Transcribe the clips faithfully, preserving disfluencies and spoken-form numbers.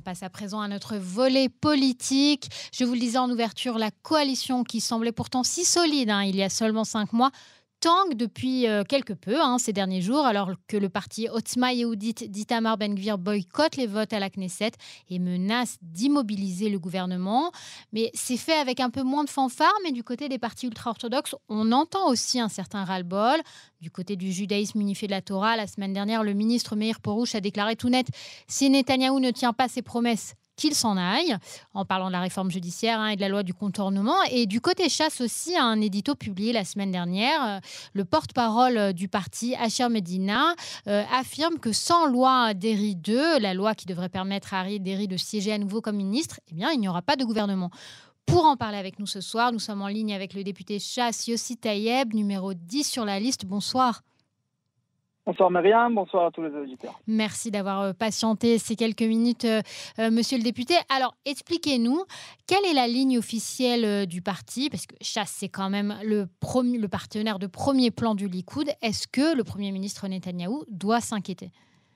passe à présent à notre volet politique. Je vous le disais en ouverture, la coalition qui semblait pourtant si solide hein, il y a seulement cinq mois tangue depuis euh, quelque peu hein, ces derniers jours, alors que le parti Otzma Yehudit d'Itamar Ben-Gvir boycotte les votes à la Knesset et menace d'immobiliser le gouvernement. Mais c'est fait avec un peu moins de fanfare, mais du côté des partis ultra-orthodoxes, on entend aussi un certain ras-le-bol. Du côté du judaïsme unifié de la Torah, la semaine dernière, le ministre Meir Porouche a déclaré tout net: si Netanyahou ne tient pas ses promesses, qu'il s'en aille, en parlant de la réforme judiciaire hein, et de la loi du contournement. Et du côté chasse aussi, un édito publié la semaine dernière, euh, le porte-parole du parti, Asher Medina, euh, affirme que sans loi Derry deux, la loi qui devrait permettre à Harry Derry de siéger à nouveau comme ministre, eh bien, il n'y aura pas de gouvernement. Pour en parler avec nous ce soir, nous sommes en ligne avec le député chasse Yossi Taïeb, numéro dix sur la liste. Bonsoir. Bonsoir Myriam, bonsoir à tous les auditeurs. Merci d'avoir patienté ces quelques minutes, euh, euh, monsieur le député. Alors, expliquez-nous, quelle est la ligne officielle euh, du parti? Parce que chasse, c'est quand même le, premier, le partenaire de premier plan du Likoud. Est-ce que le Premier ministre Netanyahou doit s'inquiéter?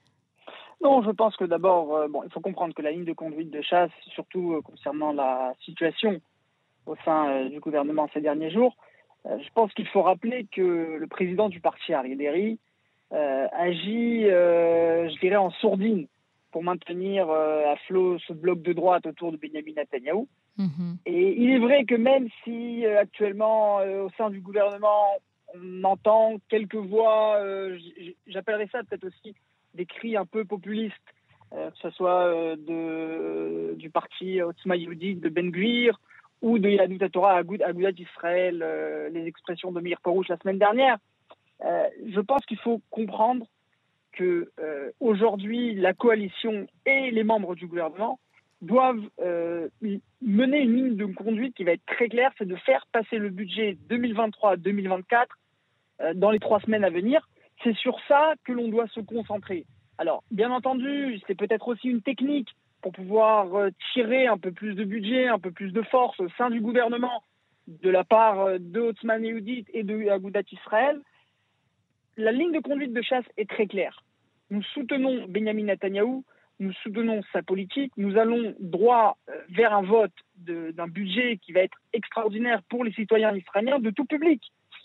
Non, je pense que d'abord, euh, bon, il faut comprendre que la ligne de conduite de chasse, surtout euh, concernant la situation au sein euh, du gouvernement ces derniers jours, euh, je pense qu'il faut rappeler que le président du parti, Harry Derry, Euh, agit, euh, je dirais, en sourdine pour maintenir euh, à flot ce bloc de droite autour de Benyamin Netanyahou. Mmh. Et il est vrai que même si euh, actuellement, euh, au sein du gouvernement, on entend quelques voix, euh, j'appellerais ça peut-être aussi des cris un peu populistes, euh, que ce soit euh, de, du parti Otzma Yehudit de Ben-Gvir ou de Yahadut Torah, Agudat Israël, euh, les expressions de Meir Porouche la semaine dernière. Euh, je pense qu'il faut comprendre que euh, aujourd'hui la coalition et les membres du gouvernement doivent euh, mener une ligne de conduite qui va être très claire, c'est de faire passer le budget deux mille vingt-trois deux mille vingt-quatre euh, dans les trois semaines à venir. C'est sur ça que l'on doit se concentrer. Alors, bien entendu, c'est peut-être aussi une technique pour pouvoir euh, tirer un peu plus de budget, un peu plus de force au sein du gouvernement de la part euh, de Otzma Yehudit et de Agudat Israël. La ligne de conduite de chasse est très claire. Nous soutenons Benyamin Netanyahou, nous soutenons sa politique, nous allons droit vers un vote de, d'un budget qui va être extraordinaire pour les citoyens israéliens de tout public.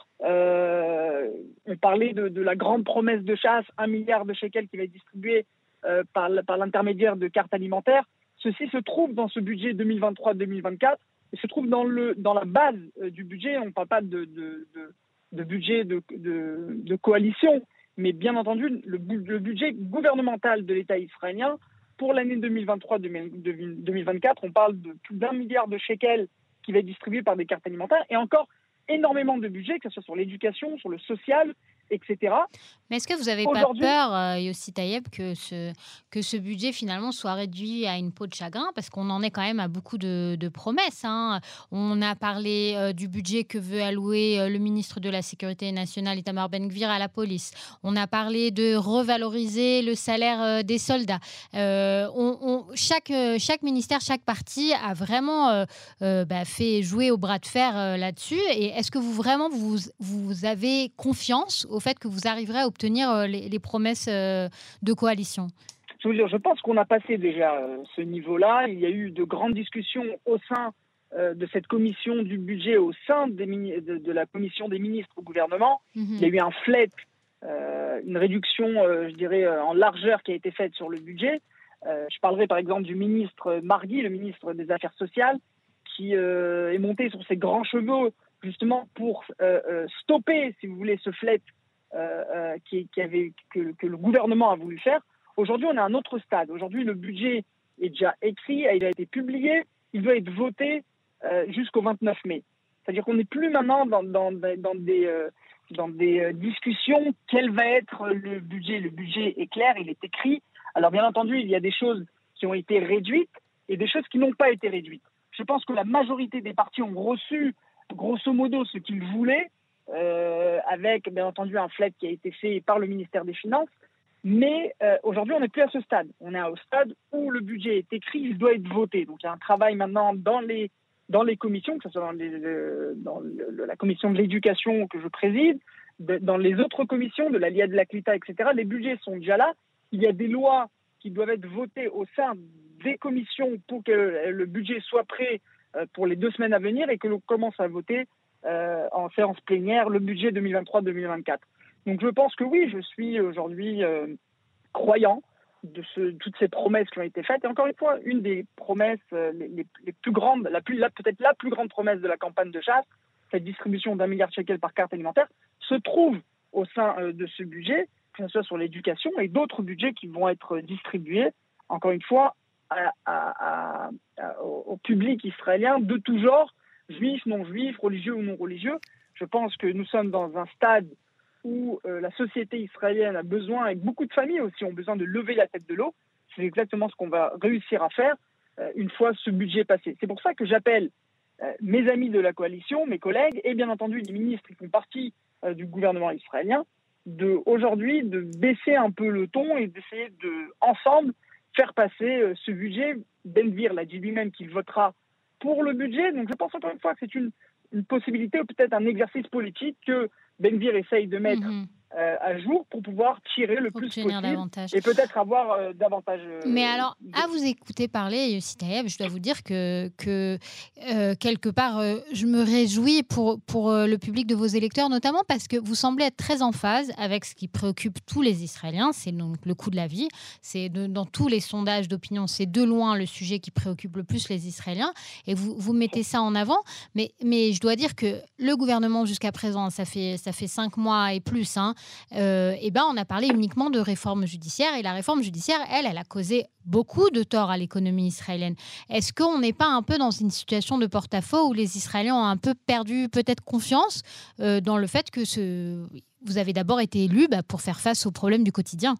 Euh, on parlait de, de la grande promesse de chasse, un milliard de shekels qui va être distribué euh, par, par l'intermédiaire de cartes alimentaires. Ceci se trouve dans ce budget deux mille vingt-trois deux mille vingt-quatre et se trouve dans, le, dans la base euh, du budget. On ne parle pas de... de, de de budget de, de, de coalition, mais bien entendu le, le budget gouvernemental de l'État israélien pour l'année deux mille vingt-trois deux mille vingt-quatre, on parle de plus d'un milliard de shekels qui va être distribué par des cartes alimentaires et encore énormément de budget, que ce soit sur l'éducation, sur le social, et cetera. Mais est-ce que vous n'avez pas peur, euh, Yossi Taïeb, que ce, que ce budget finalement soit réduit à une peau de chagrin? Parce qu'on en est quand même à beaucoup de, de promesses. Hein. On a parlé euh, du budget que veut allouer euh, le ministre de la Sécurité nationale, Itamar Ben-Gvir, à la police. On a parlé de revaloriser le salaire euh, des soldats. Euh, on, on, chaque, chaque ministère, chaque parti a vraiment euh, euh, bah, fait jouer au bras de fer euh, là-dessus. Et est-ce que vous vraiment vous, vous avez confiance au fait que vous arriverez à obtenir les, les promesses de coalition? Je veux dire, je pense qu'on a passé déjà ce niveau-là. Il y a eu de grandes discussions au sein euh, de cette commission du budget, au sein des, de, de la commission des ministres au gouvernement. Mm-hmm. Il y a eu un flat, euh, une réduction, euh, je dirais, en largeur qui a été faite sur le budget. Euh, je parlerai par exemple du ministre Margui, le ministre des Affaires sociales, qui euh, est monté sur ses grands chevaux justement pour euh, euh, stopper, si vous voulez, ce flat euh, euh, qui, qui avait, que, que le gouvernement a voulu faire. Aujourd'hui, on est à un autre stade. Aujourd'hui, le budget est déjà écrit, il a été publié, il doit être voté euh, jusqu'au vingt-neuf mai. C'est-à-dire qu'on n'est plus maintenant dans, dans, dans des, euh, dans des euh, discussions. Quel va être le budget? Le budget est clair, il est écrit. Alors, bien entendu, il y a des choses qui ont été réduites et des choses qui n'ont pas été réduites. Je pense que la majorité des partis ont reçu grosso modo ce qu'ils voulaient, euh, avec bien entendu un flat qui a été fait par le ministère des Finances, mais euh, aujourd'hui on n'est plus à ce stade. On est au stade où le budget est écrit, il doit être voté. Donc il y a un travail maintenant dans les, dans les commissions, que ce soit dans, les, dans le, la commission de l'éducation que je préside, de, dans les autres commissions, de la L I A, de la Clita, et cetera. Les budgets sont déjà là. Il y a des lois qui doivent être votées au sein des commissions pour que le budget soit prêt euh, pour les deux semaines à venir et que l'on commence à voter euh, en séance plénière le budget deux mille vingt-trois deux mille vingt-quatre. Donc je pense que oui, je suis aujourd'hui euh, croyant de ce, toutes ces promesses qui ont été faites. Et encore une fois, une des promesses euh, les, les, les plus grandes, la plus, la, peut-être la plus grande promesse de la campagne de chasse, cette distribution d'un milliard de shekels par carte alimentaire, se trouve au sein euh, de ce budget, que ce soit sur l'éducation et d'autres budgets qui vont être distribués, encore une fois, à, à, à, à, au public israélien de tout genre, juifs, non-juifs, religieux ou non-religieux. Je pense que nous sommes dans un stade où euh, la société israélienne a besoin, et beaucoup de familles aussi ont besoin de lever la tête de l'eau. C'est exactement ce qu'on va réussir à faire euh, une fois ce budget passé. C'est pour ça que j'appelle euh, mes amis de la coalition, mes collègues, et bien entendu les ministres qui font partie euh, du gouvernement israélien, de aujourd'hui de baisser un peu le ton et d'essayer de, ensemble, faire passer euh, ce budget. Ben Gvir l'a dit lui-même qu'il votera pour le budget. Donc je pense encore une fois que c'est une, une possibilité ou peut-être un exercice politique que Ben Gvir essaye de mettre mmh. euh, à jour pour pouvoir tirer le plus possible davantage. Et peut-être avoir euh, davantage... Euh, Mais alors, de... à vous écouter parler, Yossi Taïeb, je dois vous dire que, que euh, quelque part, euh, je me réjouis pour, pour euh, le public de vos électeurs, notamment parce que vous semblez être très en phase avec ce qui préoccupe tous les Israéliens, c'est donc le coût de la vie. C'est de, dans tous les sondages d'opinion, c'est de loin le sujet qui préoccupe le plus les Israéliens. Et vous, vous mettez ça en avant. Mais, mais je dois dire que le gouvernement, jusqu'à présent, ça fait... ça fait cinq mois et plus, hein, euh, et ben on a parlé uniquement de réforme judiciaire. Et la réforme judiciaire, elle, elle a causé beaucoup de tort à l'économie israélienne. Est-ce qu'on n'est pas un peu dans une situation de porte-à-faux où les Israéliens ont un peu perdu peut-être confiance euh, dans le fait que ce... vous avez d'abord été élu bah, pour faire face aux problèmes du quotidien?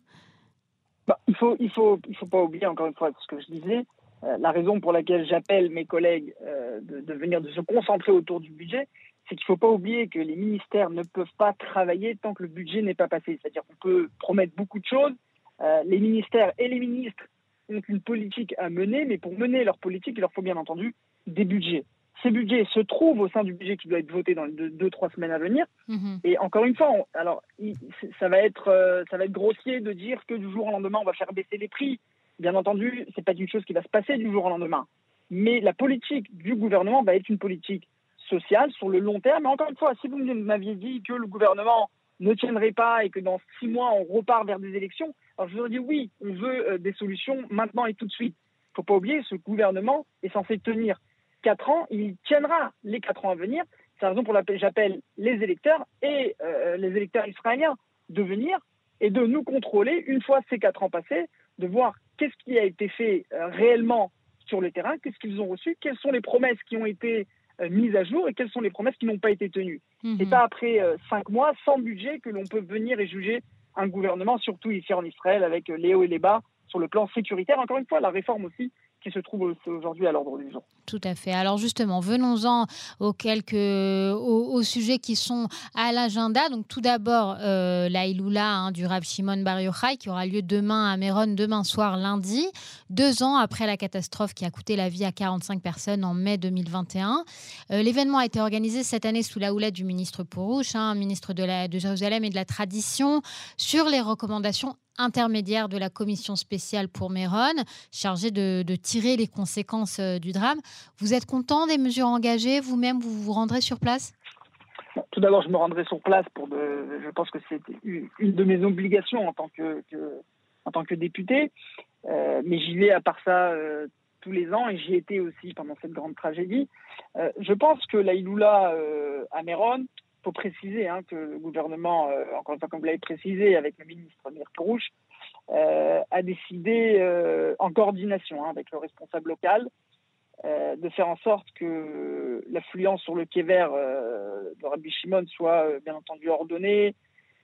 Bah, il faut, il faut, il faut pas oublier, encore une fois, ce que je disais, euh, la raison pour laquelle j'appelle mes collègues euh, de, de venir, de se concentrer autour du budget, c'est qu'il ne faut pas oublier que les ministères ne peuvent pas travailler tant que le budget n'est pas passé. C'est-à-dire qu'on peut promettre beaucoup de choses. Euh, les ministères et les ministres ont une politique à mener, mais pour mener leur politique, il leur faut bien entendu des budgets. Ces budgets se trouvent au sein du budget qui doit être voté dans les deux, deux trois semaines à venir. Mmh. Et encore une fois, on, alors, il, ça, va être, euh, ça va être grossier de dire que du jour au lendemain, on va faire baisser les prix. Bien entendu, ce n'est pas une chose qui va se passer du jour au lendemain. Mais la politique du gouvernement va être une politique sociale sur le long terme. Mais encore une fois, si vous m'aviez dit que le gouvernement ne tiendrait pas et que dans six mois, on repart vers des élections, alors je vous aurais dit oui, on veut euh, des solutions maintenant et tout de suite. Il ne faut pas oublier, ce gouvernement est censé tenir quatre ans, il tiendra les quatre ans à venir. C'est la raison pour laquelle j'appelle les électeurs et euh, les électeurs israéliens de venir et de nous contrôler une fois ces quatre ans passés, de voir qu'est-ce qui a été fait euh, réellement sur le terrain, qu'est-ce qu'ils ont reçu, quelles sont les promesses qui ont été euh, mises à jour et quelles sont les promesses qui n'ont pas été tenues. Mmh. C'est pas après euh, cinq mois sans budget que l'on peut venir et juger un gouvernement, surtout ici en Israël, avec euh, les hauts et les bas sur le plan sécuritaire. Encore une fois, la réforme aussi qui se trouve aujourd'hui à l'ordre du jour. Tout à fait. Alors justement, venons-en aux quelques aux, aux sujets qui sont à l'agenda. Donc tout d'abord, euh, la Iloula hein, du Rav Shimon Bar Yochai qui aura lieu demain à Méron, demain soir, lundi, deux ans après la catastrophe qui a coûté la vie à quarante-cinq personnes en mai deux mille vingt et un. Euh, l'événement a été organisé cette année sous la houlette du ministre Pourouche, hein, ministre de, la, de Jérusalem et de la Tradition, sur les recommandations intermédiaire de la commission spéciale pour Méron, chargée de, de tirer les conséquences euh, du drame. Vous êtes content des mesures engagées? Vous-même, vous vous rendrez sur place? Tout d'abord, je me rendrai sur place pour de, je pense que c'est une, une de mes obligations en tant que, que, en tant que député. Euh, mais j'y vais à part ça euh, tous les ans et j'y étais aussi pendant cette grande tragédie. Euh, je pense que la Iloula euh, à Méron, il faut préciser hein, que le gouvernement, euh, encore une fois comme vous l'avez précisé avec le ministre Meir Pourouche, euh, a décidé euh, en coordination hein, avec le responsable local euh, de faire en sorte que l'affluence sur le quai vert euh, de Rabbi Shimon soit euh, bien entendu ordonnée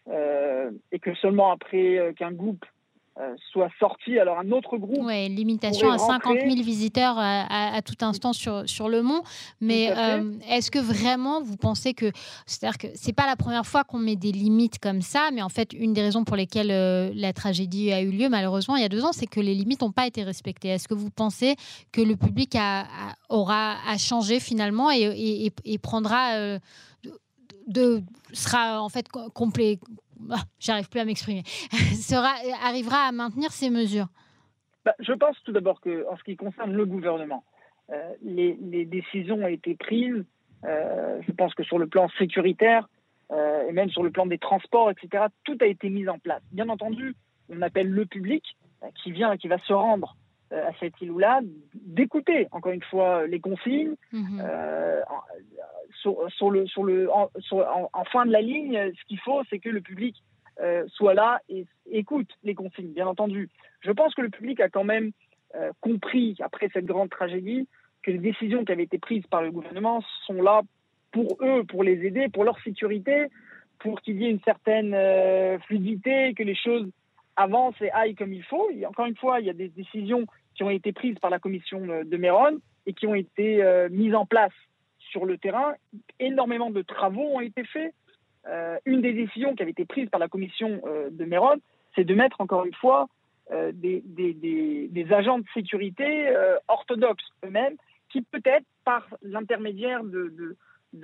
euh, et que seulement après euh, qu'un groupe Euh, soit sorti, alors un autre groupe... Oui, limitation à cinquante mille visiteurs à, à, à tout instant sur, sur le mont. Mais euh, est-ce que vraiment vous pensez que... C'est-à-dire que c'est pas la première fois qu'on met des limites comme ça, mais en fait, une des raisons pour lesquelles euh, la tragédie a eu lieu, malheureusement, il y a deux ans, c'est que les limites n'ont pas été respectées. Est-ce que vous pensez que le public a, a, aura à changer finalement et, et, et, et prendra... Euh, de, sera en fait complet... Ah, j'arrive plus à m'exprimer, sera, arrivera à maintenir ces mesures? Bah, je pense tout d'abord qu'en ce qui concerne le gouvernement, euh, les, les décisions ont été prises, euh, je pense que sur le plan sécuritaire, euh, et même sur le plan des transports, et cetera, tout a été mis en place. Bien entendu, on appelle le public euh, qui vient, qui va se rendre euh, à cette île-là, d'écouter, encore une fois, les consignes. Mmh. Euh, en, sur, sur le, sur le, en, sur, en, en fin de la ligne, ce qu'il faut, c'est que le public euh, soit là et écoute les consignes, bien entendu. Je pense que le public a quand même euh, compris, après cette grande tragédie, que les décisions qui avaient été prises par le gouvernement sont là pour eux, pour les aider, pour leur sécurité, pour qu'il y ait une certaine euh, fluidité, que les choses avancent et aillent comme il faut. Et encore une fois, il y a des décisions qui ont été prises par la commission de Meron et qui ont été euh, mises en place sur le terrain. Énormément de travaux ont été faits. Euh, une des décisions qui avait été prise par la commission euh, de Meron, c'est de mettre encore une fois euh, des, des, des, des agents de sécurité euh, orthodoxes eux-mêmes, qui peut-être par l'intermédiaire de, de,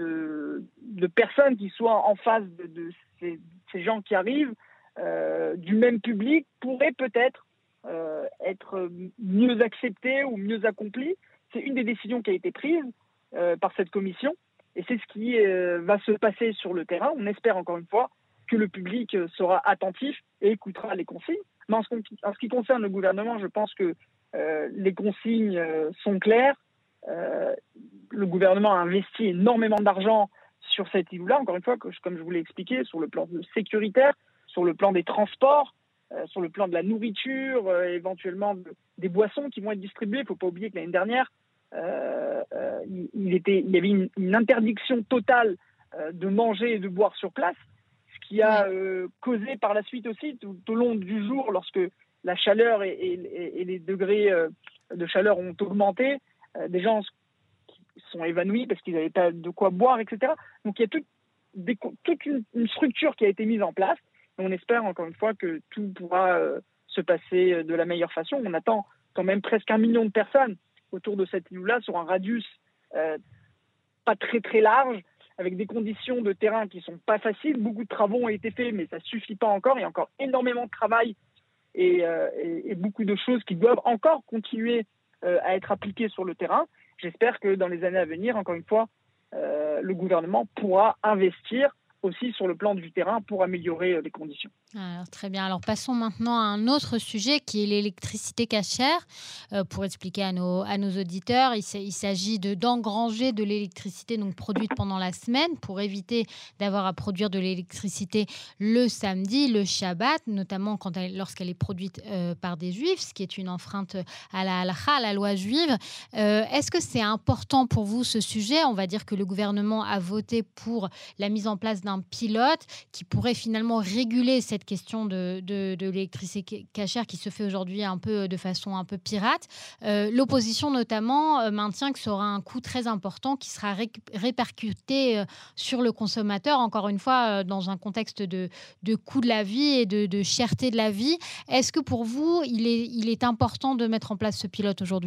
de, de personnes qui soient en face de, de ces, ces gens qui arrivent, euh, du même public, pourraient peut-être euh, être mieux acceptés ou mieux accomplis. C'est une des décisions qui a été prise euh, par cette commission. Et c'est ce qui euh, va se passer sur le terrain. On espère encore une fois que le public euh, sera attentif et écoutera les consignes. Mais en ce, en ce qui concerne le gouvernement, je pense que euh, les consignes euh, sont claires. Euh, le gouvernement a investi énormément d'argent sur cette île-là, encore une fois, que, comme je vous l'ai expliqué, sur le plan sécuritaire, sur le plan des transports, euh, sur le plan de la nourriture, euh, éventuellement de, des boissons qui vont être distribuées. Il ne faut pas oublier que l'année dernière, Euh, euh, il, était, il y avait une, une interdiction totale euh, de manger et de boire sur place, ce qui a euh, causé par la suite aussi, tout, tout au long du jour, lorsque la chaleur et, et, et les degrés euh, de chaleur ont augmenté, euh, des gens sont évanouis parce qu'ils n'avaient pas de quoi boire, et cetera. Donc il y a tout, des, toute une, une structure qui a été mise en place, et on espère encore une fois que tout pourra euh, se passer de la meilleure façon. On attend quand même presque un million de personnes autour de cette île-là, sur un radius euh, pas très très large, avec des conditions de terrain qui sont pas faciles. Beaucoup de travaux ont été faits, mais ça suffit pas encore. Il y a encore énormément de travail et, euh, et, et beaucoup de choses qui doivent encore continuer euh, à être appliquées sur le terrain. J'espère que dans les années à venir, encore une fois, euh, le gouvernement pourra investir aussi sur le plan du terrain pour améliorer les conditions. Alors, très bien. Alors, passons maintenant à un autre sujet qui est l'électricité cachère. Euh, pour expliquer à nos, à nos auditeurs, il, il s'agit de, d'engranger de l'électricité donc, produite pendant la semaine pour éviter d'avoir à produire de l'électricité le samedi, le Shabbat, notamment quand elle, lorsqu'elle est produite euh, par des juifs, ce qui est une enfreinte à la halakha, à la loi juive. Euh, est-ce que c'est important pour vous ce sujet ? On va dire que le gouvernement a voté pour la mise en place d'un pilote qui pourrait finalement réguler cette question de, de, de l'électricité cachère qui se fait aujourd'hui un peu de façon un peu pirate. Euh, l'opposition notamment euh, maintient que ça aura un coût très important qui sera ré- répercuté euh, sur le consommateur, encore une fois euh, dans un contexte de, de coût de la vie et de, de cherté de la vie. Est-ce que pour vous, il est, il est important de mettre en place ce pilote aujourd'hui ?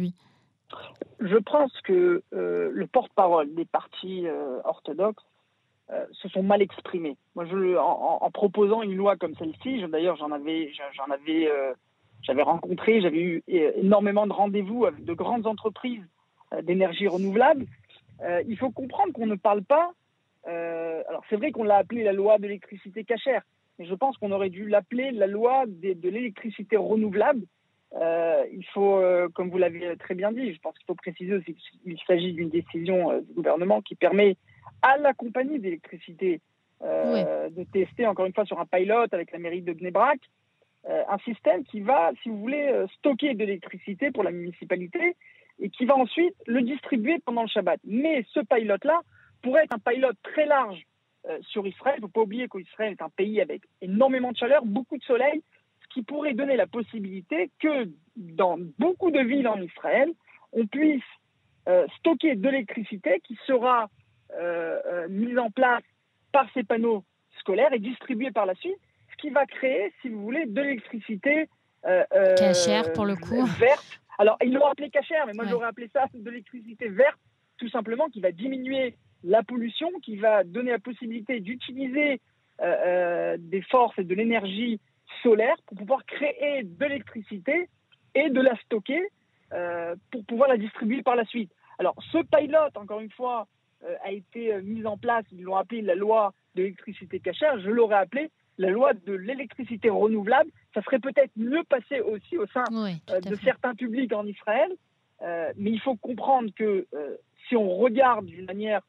Je pense que euh, le porte-parole des partis euh, orthodoxes Euh, se sont mal exprimés. Moi, je, en, en proposant une loi comme celle-ci, je, d'ailleurs, j'en avais, j'en avais, euh, j'avais rencontré, j'avais eu énormément de rendez-vous avec de grandes entreprises euh, d'énergie renouvelable. Euh, il faut comprendre qu'on ne parle pas. Euh, alors, c'est vrai qu'on l'a appelé la loi de l'électricité cachère, mais je pense qu'on aurait dû l'appeler la loi de, de l'électricité renouvelable. Euh, il faut, euh, comme vous l'avez très bien dit, je pense qu'il faut préciser aussi qu'il s'agit d'une décision euh, du gouvernement qui permet à la compagnie d'électricité euh, oui. de tester, encore une fois, sur un pilot avec la mairie de Bnei-Brak, euh, un système qui va, si vous voulez, euh, stocker de l'électricité pour la municipalité et qui va ensuite le distribuer pendant le Shabbat. Mais ce pilot-là pourrait être un pilot très large euh, sur Israël. Il ne faut pas oublier qu'Israël est un pays avec énormément de chaleur, beaucoup de soleil, ce qui pourrait donner la possibilité que dans beaucoup de villes en Israël, on puisse euh, stocker de l'électricité qui sera Euh, euh, mise en place par ces panneaux scolaires et distribuée par la suite, ce qui va créer, si vous voulez, de l'électricité euh, cachère pour le coup. Verte. Alors, ils l'ont appelé cachère, mais moi, ouais. j'aurais appelé ça de l'électricité verte, tout simplement, qui va diminuer la pollution, qui va donner la possibilité d'utiliser euh, euh, des forces et de l'énergie solaire pour pouvoir créer de l'électricité et de la stocker euh, pour pouvoir la distribuer par la suite. Alors, ce pilot, encore une fois, euh, a été mis en place, ils l'ont appelé la loi de l'électricité cachère, je l'aurais appelé la loi de l'électricité renouvelable. Ça serait peut-être mieux passé aussi au sein Oui, euh, de fait. certains publics en Israël, euh, mais il faut comprendre que euh, si on regarde d'une manière,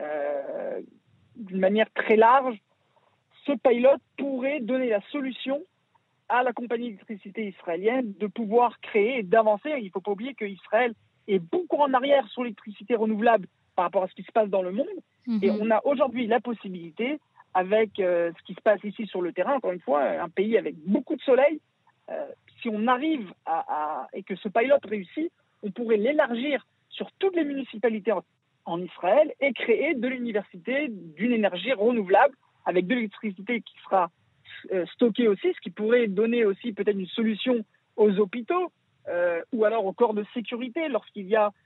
euh, d'une manière très large, ce pilot pourrait donner la solution à la compagnie d'électricité israélienne de pouvoir créer et d'avancer. Il ne faut pas oublier qu'Israël est beaucoup en arrière sur l'électricité renouvelable par rapport à ce qui se passe dans le monde. Mmh. Et on a aujourd'hui la possibilité, avec euh, ce qui se passe ici sur le terrain, encore une fois, un pays avec beaucoup de soleil, euh, si on arrive à, à, et que ce pilot réussit, on pourrait l'élargir sur toutes les municipalités en, en Israël et créer de l'université d'une énergie renouvelable avec de l'électricité qui sera euh, stockée aussi, ce qui pourrait donner aussi peut-être une solution aux hôpitaux euh, ou alors aux corps de sécurité lorsqu'il y a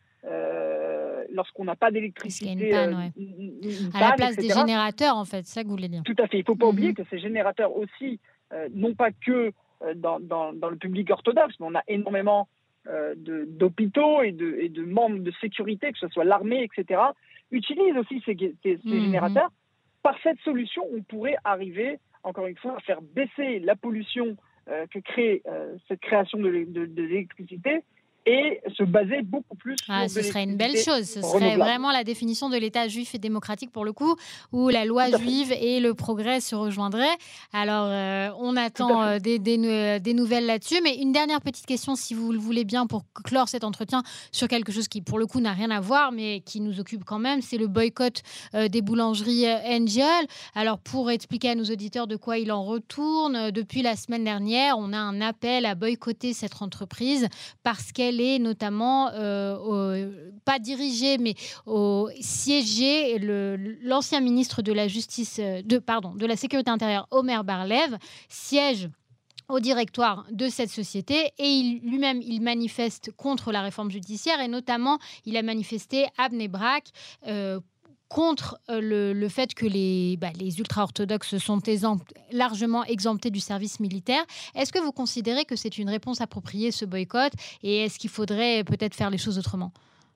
Euh, lorsqu'on n'a pas d'électricité, une panne, ouais. euh, une, une à panne, la place et cetera. Des générateurs, en fait, c'est ça que vous voulez dire. Tout à fait. Il ne faut pas Mm-hmm. oublier que ces générateurs aussi, euh, non pas que euh, dans, dans, dans le public orthodoxe, mais on a énormément euh, de, d'hôpitaux et de, et de membres de sécurité, que ce soit l'armée, et cetera, utilisent aussi ces, ces, ces mm-hmm. générateurs. Par cette solution, on pourrait arriver, encore une fois, à faire baisser la pollution euh, que crée euh, cette création de, de, de l'électricité et se baser beaucoup plus sur ah, de ce serait une belle chose. Ce serait renouvelable. Vraiment la définition de l'État juif et démocratique pour le coup, où la loi juive et le progrès se rejoindraient. Alors, euh, on attend euh, des, des, des nouvelles là-dessus. Mais une dernière petite question, si vous le voulez bien, pour clore cet entretien sur quelque chose qui, pour le coup, n'a rien à voir, mais qui nous occupe quand même, c'est le boycott euh, des boulangeries Angel. Alors, pour expliquer à nos auditeurs de quoi il en retourne, depuis la semaine dernière, on a un appel à boycotter cette entreprise parce qu'elle est notamment euh, au, pas dirigée, mais au siégé le, l'ancien ministre de la Justice, de, pardon, de la Sécurité intérieure, Omer Bar-Lev, siège au directoire de cette société et il, lui-même, il manifeste contre la réforme judiciaire et notamment, il a manifesté à Bnei Brak euh, contre le, le fait que les, bah, les ultra-orthodoxes sont exempt, largement exemptés du service militaire. Est-ce que vous considérez que c'est une réponse appropriée, ce boycott, et est-ce qu'il faudrait peut-être faire les choses autrement ?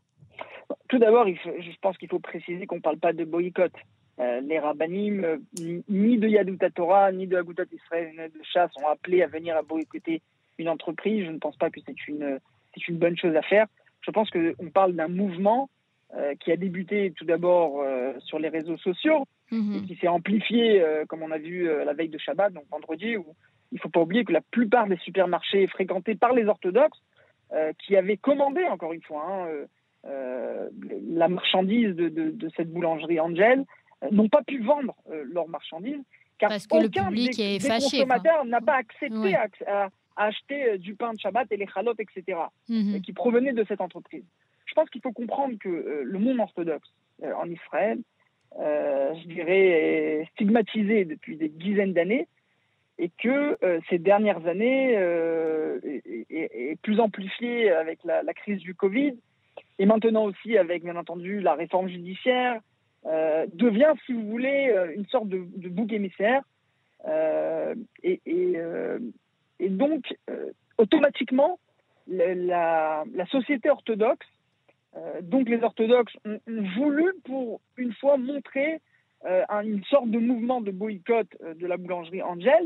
Tout d'abord, il faut, je pense qu'il faut préciser qu'on ne parle pas de boycott. Euh, les rabbinim, euh, ni de Yadut HaTorah, ni de Agudat Israël, ni de Chasse ont appelé à venir à boycotter une entreprise. Je ne pense pas que c'est une, c'est une bonne chose à faire. Je pense qu'on parle d'un mouvement Euh, qui a débuté tout d'abord euh, sur les réseaux sociaux mmh. et qui s'est amplifié, euh, comme on a vu euh, la veille de Shabbat, donc vendredi, où il ne faut pas oublier que la plupart des supermarchés fréquentés par les orthodoxes, euh, qui avaient commandé, encore une fois, hein, euh, euh, la marchandise de, de, de cette boulangerie Angel, euh, n'ont pas pu vendre euh, leurs marchandises, car Parce que aucun le public des, est des fâché, consommateurs quoi. n'a pas accepté ouais. à, à, à acheter euh, du pain de Shabbat et les chalotes, et cetera, mmh. euh, qui provenaient de cette entreprise. Je pense qu'il faut comprendre que euh, le monde orthodoxe euh, en Israël, euh, je dirais, est stigmatisé depuis des dizaines d'années et que euh, ces dernières années euh, est, est, est plus amplifié avec la, la crise du Covid et maintenant aussi avec, bien entendu, la réforme judiciaire, euh, devient, si vous voulez, une sorte de, de bouc émissaire. Euh, et, et, euh, et donc, euh, automatiquement, la, la, la société orthodoxe, Euh, donc les orthodoxes ont, ont voulu pour une fois montrer euh, un, une sorte de mouvement de boycott euh, de la boulangerie Angel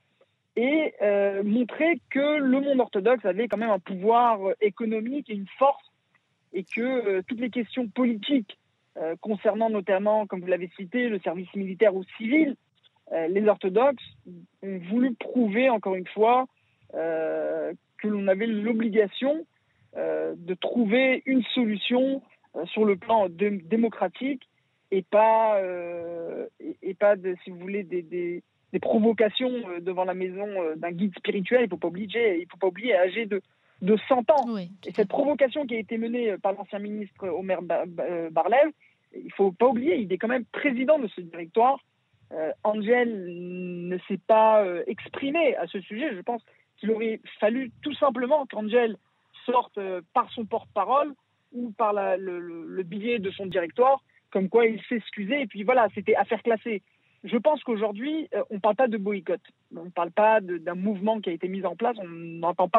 et euh, montrer que le monde orthodoxe avait quand même un pouvoir euh, économique et une force et que euh, toutes les questions politiques euh, concernant notamment, comme vous l'avez cité, le service militaire ou civil, euh, les orthodoxes ont voulu prouver encore une fois euh, que l'on avait l'obligation Euh, de trouver une solution euh, sur le plan de- démocratique et pas, euh, et, et pas de, si vous voulez, des, des, des provocations euh, devant la maison euh, d'un guide spirituel. Il ne faut pas oublier, il faut pas oublier, âgé de, de cent ans. Oui, et cette provocation qui a été menée par l'ancien ministre Omer Bar-Lev, il ne faut pas oublier, il est quand même président de ce directoire. Euh, Angel ne s'est pas euh, exprimé à ce sujet. Je pense qu'il aurait fallu tout simplement qu'Angel sorte par son porte-parole ou par la, le, le billet de son directoire, comme quoi il s'excusait, et puis voilà, c'était affaire classée. Je pense qu'aujourd'hui, euh, on ne parle pas de boycott, on ne parle pas de, d'un mouvement qui a été mis en place, on n'entend pas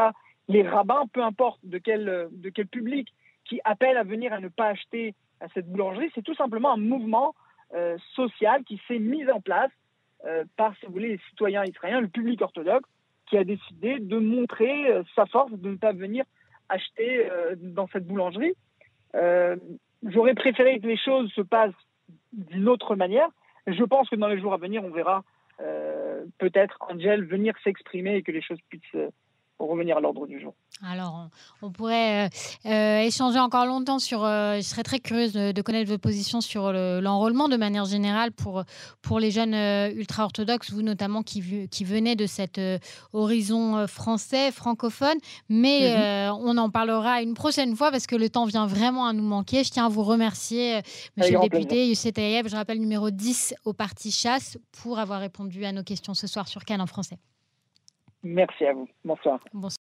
les rabbins, peu importe de quel, de quel public, qui appellent à venir à ne pas acheter à cette boulangerie. C'est tout simplement un mouvement euh, social qui s'est mis en place euh, par, si vous voulez, les citoyens israéliens, le public orthodoxe, qui a décidé de montrer euh, sa force, de ne pas venir acheter euh, dans cette boulangerie. Euh, j'aurais préféré que les choses se passent d'une autre manière. Je pense que dans les jours à venir, on verra euh, peut-être Angel venir s'exprimer et que les choses puissent euh, revenir à l'ordre du jour. Alors, on, on pourrait euh, euh, échanger encore longtemps sur... Euh, je serais très curieuse de, de connaître votre position sur le, l'enrôlement de manière générale pour, pour les jeunes euh, ultra-orthodoxes, vous notamment qui, qui venez de cet euh, horizon euh, français, francophone. Mais Mm-hmm. euh, on en parlera une prochaine fois parce que le temps vient vraiment à nous manquer. Je tiens à vous remercier, euh, monsieur le député Youssef Taïeb, je rappelle numéro dix au parti Chasse, pour avoir répondu à nos questions ce soir sur Cannes en français. Merci à vous. Bonsoir. Bonsoir.